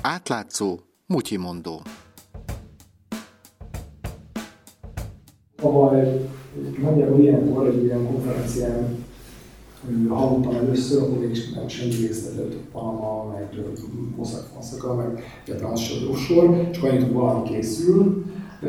Átlátszó, mutyimondó. Tavaly nagyjából ilyenkor egy ilyen konferencián hallottam először, akkor mégis nem semmi részletet, Panama, meg Mossack Fonseca, meg Transfer Offshore, csak annyit, hogy valami készül,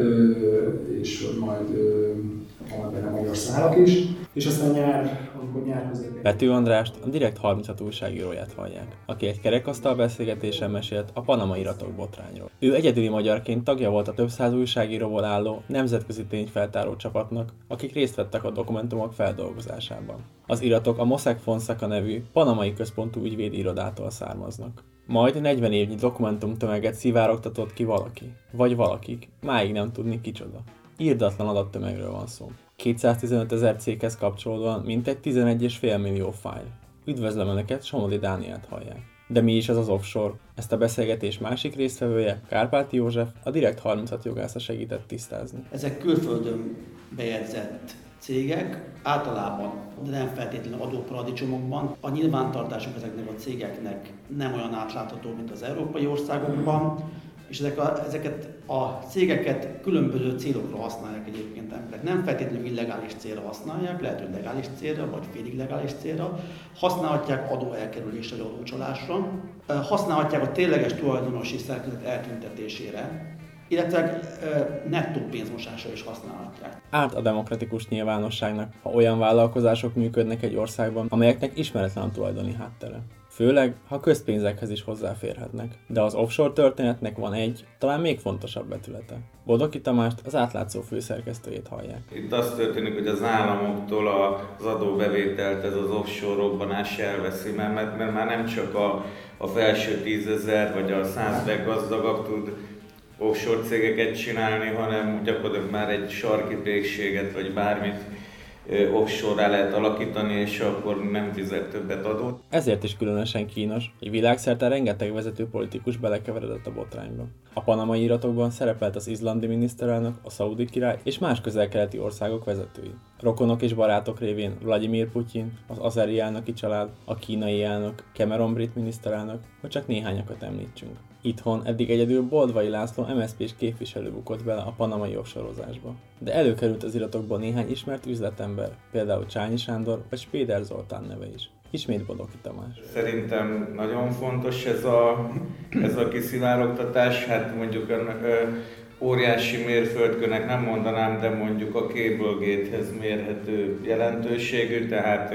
és majd vannak benne magyar szálak is, és aztán amikor nyár közepén. Pető Andrást, a Direkt 36 újságíróját hallják, aki egy kerekasztal beszélgetésen mesélt a Panama iratok botrányról. Ő egyedüli magyarként tagja volt a több száz újságíróból álló nemzetközi tényfeltáró csapatnak, akik részt vettek a dokumentumok feldolgozásában. Az iratok a Mossack Fonseca nevű panamai központú ügyvédi irodától származnak. Majd 40 évnyi dokumentumtömeget szivárogtatott ki valaki, vagy valakik, máig nem tudni kicsoda. Irdatlan adattömegről van szó. 215 000 céghez kapcsolódóan mintegy 11,5 millió fájl. Üdvözlöm Önöket, Somodi Dánielt hallják. De mi is ez az offshore? Ezt a beszélgetés másik résztvevője, Kárpáti József, a Direkt 36 jogásza segített tisztázni. Ezek külföldön bejegyzett cégek, általában, de nem feltétlenül adóparadicsomokban. A nyilvántartásuk ezeknek a cégeknek nem olyan átlátható, mint az európai országokban, és ezeket a cégeket különböző célokra használják egyébként emberek. Nem feltétlenül illegális célra használják, lehet, hogy legális célra, vagy félig legális célra. Használhatják adóelkerülésre, vagy adócsalásra. Használhatják a tényleges tulajdonosi szerkezet eltüntetésére, illetve nettó pénzmosásra is használhatják. Árt a demokratikus nyilvánosságnak, ha olyan vállalkozások működnek egy országban, amelyeknek ismeretlen a tulajdoni háttere. Főleg, ha közpénzekhez is hozzáférhetnek. De az offshore történetnek van egy, talán még fontosabb vetülete. Bodoki Tamást, az Átlátszó főszerkesztőjét hallják. Itt az történik, hogy az államoktól az adóbevételt ez az offshore robbanás elveszi, mert már nem csak a felső 10 000 vagy a 100 leggazdagabb tud offshore cégeket csinálni, hanem gyakorlatilag már egy sarki pékséget vagy bármit offshore-rá lehet alakítani, és akkor nem fizet többet adót. Ezért is különösen kínos, hogy világszerte rengeteg vezető politikus belekeveredett a botrányba. A panamai iratokban szerepelt az izlandi miniszterelnök, a szaudi király és más közel-keleti országok vezetői. Rokonok és barátok révén Vladimir Putyin, az azeri elnöki család, a kínai elnök, Cameron brit miniszterelnök, hogy csak néhányakat említsünk. Itthon eddig egyedül Boldvai László MSZP-s képviselő bukott bele a panamai offshore-ozásba. De előkerült az iratokból néhány ismert üzletember, például Csányi Sándor vagy Spéder Zoltán neve is. Ismét Bodoki Tamás. Szerintem nagyon fontos ez a kiszivárogtatás, hát mondjuk óriási mérföldkőnek nem mondanám, de mondjuk a Cablegate-hez mérhető jelentőségű, tehát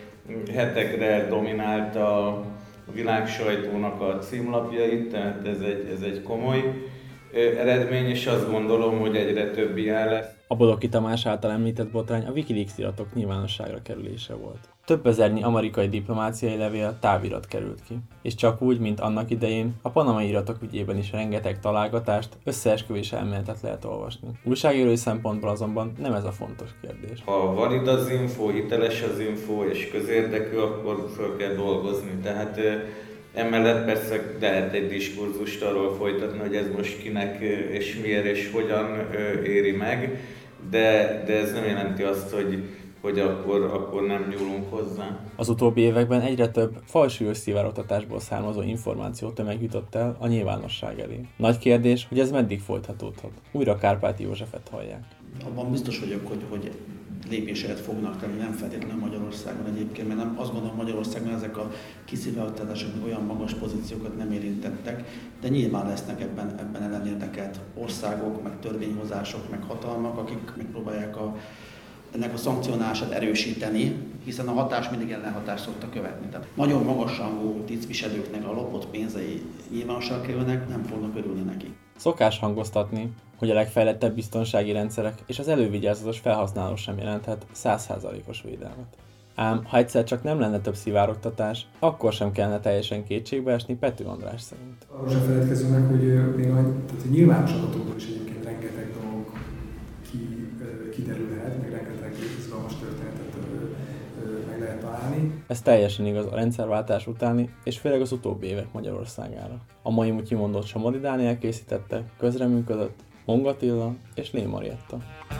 hetekre dominált a világ sajtónak a címlapjait, tehát ez egy komoly eredmény, és azt gondolom, hogy egyre több ilyen lesz. A Bodoki Tamás által említett botrány a Wikileaks iratok nyilvánosságra kerülése volt. Több ezernyi amerikai diplomáciai levél távirat került ki, és csak úgy, mint annak idején, a panamai iratok ügyében is rengeteg találgatást, összeesküvés elméletet lehet olvasni. Újságírói szempontból azonban nem ez a fontos kérdés. Ha valid az info, hiteles az info és közérdekű, akkor fel kell dolgozni. Tehát emellett persze lehet egy diskurzust arról folytatni, hogy ez most kinek és miért és hogyan éri meg, de ez nem jelenti azt, hogy akkor nem nyúlunk hozzá. Az utóbbi években egyre több falsúlyos szivárogtatásból származó információtömeg jutott el a nyilvánosság elé. Nagy kérdés, hogy ez meddig folytatódhat. Újra Kárpáti Józsefet hallják. Abban biztos vagyok, hogy lépéseket fognak tenni, nem feltétlenül Magyarországon egyébként, mert nem, azt gondolom Magyarországon ezek a kiszivárogtatások olyan magas pozíciókat nem érintettek, de nyilván lesznek ebben ellenérdekelt országok, meg törvényhozások, meg hatalmak, akik megpróbálják ennek a szankcionálását erősíteni, hiszen a hatás mindig ellenhatást szokta követni. Tehát nagyon magasrangú tisztviselőknek a lopott pénzei nyilvánosságra kerülnek, nem fognak örülni neki. Szokás hangoztatni, hogy a legfejlettebb biztonsági rendszerek és az elővigyázatos felhasználó sem jelenthet 100%-os védelmet. Ám ha egyszer csak nem lenne több szivárogtatás, akkor sem kellene teljesen kétségbe esni Pető András szerint. Arról sem feledkezzünk meg, hogy még nyilvános adatokból is egyébként rengeteg dolog kiderülhet, meg rengeteg izgalmas történetet meg lehet találni. Ez teljesen igaz a rendszerváltás utáni, és főleg az utóbbi évek Magyarországára. A mai mutyimondót Somodi Dániel készítette, közreműködött Mong Attila és Lé Marietta.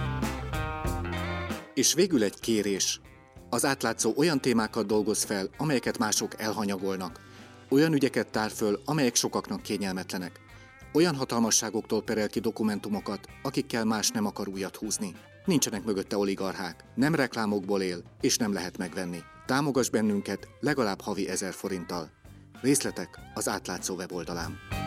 És végül egy kérés. Az Átlátszó olyan témákat dolgoz fel, amelyeket mások elhanyagolnak. Olyan ügyeket tár föl, amelyek sokaknak kényelmetlenek. Olyan hatalmasságoktól perel ki dokumentumokat, akikkel más nem akar újat húzni. Nincsenek mögötte oligarchák, nem reklámokból él, és nem lehet megvenni. Támogass bennünket legalább havi 1000 forinttal. Részletek az átlátszó weboldalán.